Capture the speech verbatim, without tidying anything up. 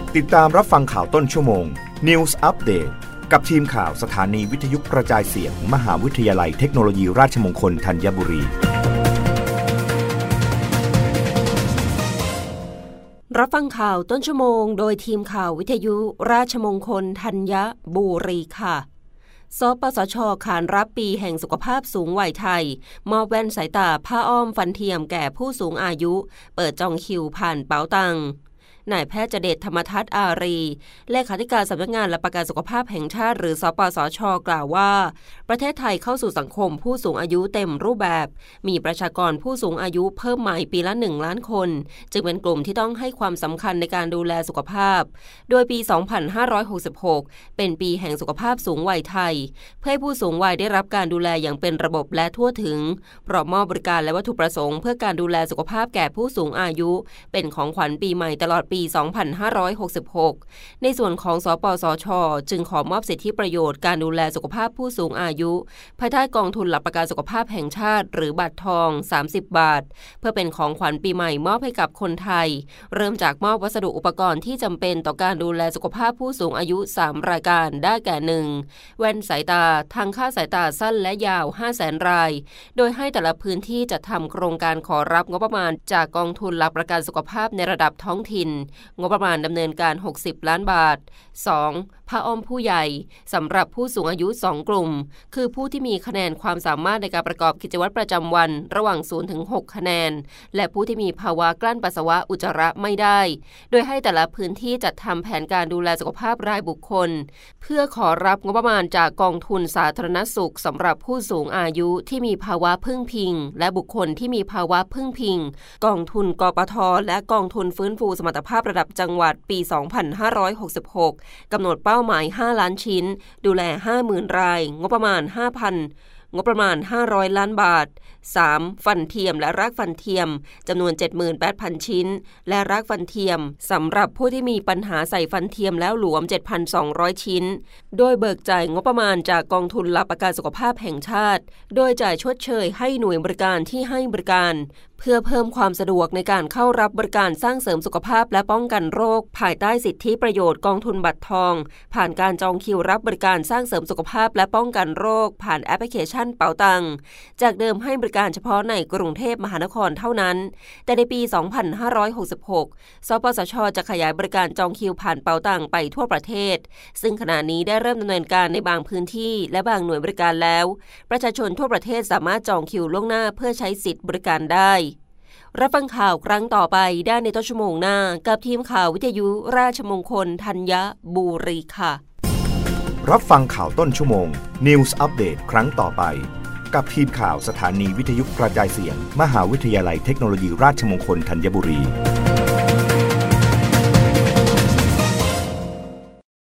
ติดตามรับฟังข่าวต้นชั่วโมง News Update กับทีมข่าวสถานีวิทยุกระจายเสียง มหาวิทยาลัยเทคโนโลยีราชมงคลธัญบุรีรับฟังข่าวต้นชั่วโมงโดยทีมข่าววิทยุราชมงคลธัญบุรีค่ะสปสช.ขานรับปีแห่งสุขภาพสูงวัยไทยมอบแว่นสายตาผ้าอ้อมฟันเทียมแก่ผู้สูงอายุเปิดจองคิวผ่านเป๋าตังนายแพทย์เจเดชธรรมทัศน์อารีเลขาธิการสำนักงานหลักประกันสุขภาพแห่งชาติหรือสปสช.กล่าวว่าประเทศไทยเข้าสู่สังคมผู้สูงอายุเต็มรูปแบบมีประชากรผู้สูงอายุเพิ่มใหม่ปีละหนึ่งล้านคนจึงเป็นกลุ่มที่ต้องให้ความสำคัญในการดูแลสุขภาพโดยปีสองพันห้าร้อยหกสิบหกเป็นปีแห่งสุขภาพสูงวัยไทยเพื่อให้ผู้สูงวัยได้รับการดูแลอย่างเป็นระบบและทั่วถึงพร้อมมอบบริการและวัตถุประสงค์เพื่อการดูแลสุขภาพแก่ผู้สูงอายุเป็นของขวัญปีใหม่ตลอดปีสองพันห้าร้อยหกสิบหกในส่วนของสปสช.จึงขอมอบสิทธิประโยชน์การดูแลสุขภาพผู้สูงอายุภายใต้กองทุนหลักประกันสุขภาพแห่งชาติหรือบัตรทองสามสิบบาทเพื่อเป็นของขวัญปีใหม่มอบให้กับคนไทยเริ่มจากมอบวัสดุอุปกรณ์ที่จำเป็นต่อการดูแลสุขภาพผู้สูงอายุสามรายการได้แก่ หนึ่ง แว่นสายตาทางค่าสายตาสั้นและยาว ห้าแสน รายโดยให้แต่ละพื้นที่จัดทำโครงการขอรับงบประมาณจากกองทุนหลักประกันสุขภาพในระดับท้องถิ่นงบประมาณดำเนินการหกสิบล้านบาท สอง ผ้าอ้อมผู้ใหญ่สำหรับผู้สูงอายุสองกลุ่มคือผู้ที่มีคะแนนความสามารถในการประกอบกิจวัตรประจำวันระหว่างศูนย์ถึงหกคะแนนและผู้ที่มีภาวะกลั้นปัสสาวะอุจจาระไม่ได้โดยให้แต่ละพื้นที่จัดทำแผนการดูแลสุขภาพรายบุคคลเพื่อขอรับงบประมาณจากกองทุนสาธารณสุขสำหรับผู้สูงอายุที่มีภาวะพึ่งพิงและบุคคลที่มีภาวะพึ่งพิงกองทุนกปท.และกองทุนฟื้นฟูสมรรถภาพระดับจังหวัดปีสองพันห้าร้อยหกสิบหกกำหนดเป้าหมายห้าล้านชิ้นดูแล ห้าหมื่น รายงบประมาณ ห้าพัน งบประมาณห้าร้อยล้านบาท สาม ฟันเทียมและรากฟันเทียมจำนวน เจ็ดหมื่นแปดพัน ชิ้นและรากฟันเทียมสำหรับผู้ที่มีปัญหาใส่ฟันเทียมแล้วหลวม เจ็ดพันสองร้อย ชิ้นโดยเบิกจ่ายงบประมาณจากกองทุนหลักประกันสุขภาพแห่งชาติโดยจ่ายชดเชยให้หน่วยบริการที่ให้บริการเพื่อเพิ่มความสะดวกในการเข้ารับบริการสร้างเสริมสุขภาพและป้องกันโรคภายใต้สิทธิประโยชน์กองทุนบัตรทองผ่านการจองคิวรับบริการสร้างเสริมสุขภาพและป้องกันโรคผ่านแอปพลิเคชันเป๋าตังจากเดิมให้บริการเฉพาะในกรุงเทพมหานครเท่านั้นแต่ในปีสองพันห้าร้อยหกสิบหกสปสช.จะขยายบริการจองคิวผ่านเป๋าตังไปทั่วประเทศซึ่งขณะนี้ได้เริ่มดำเนินการในบางพื้นที่และบางหน่วยบริการแล้วประชาชนทั่วประเทศสามารถจองคิวล่วงหน้าเพื่อใช้สิทธิบริการได้รับฟังข่าวครั้งต่อไปได้ในต้นชั่วโมงหน้ากับทีมข่าววิทยุราชมงคลธัญบุรีค่ะรับฟังข่าวต้นชั่วโมง News Update ครั้งต่อไปกับทีมข่าวสถานีวิทยุกระจายเสียงมหาวิทยาลัยเทคโนโลยีราชมงคลธัญบุรี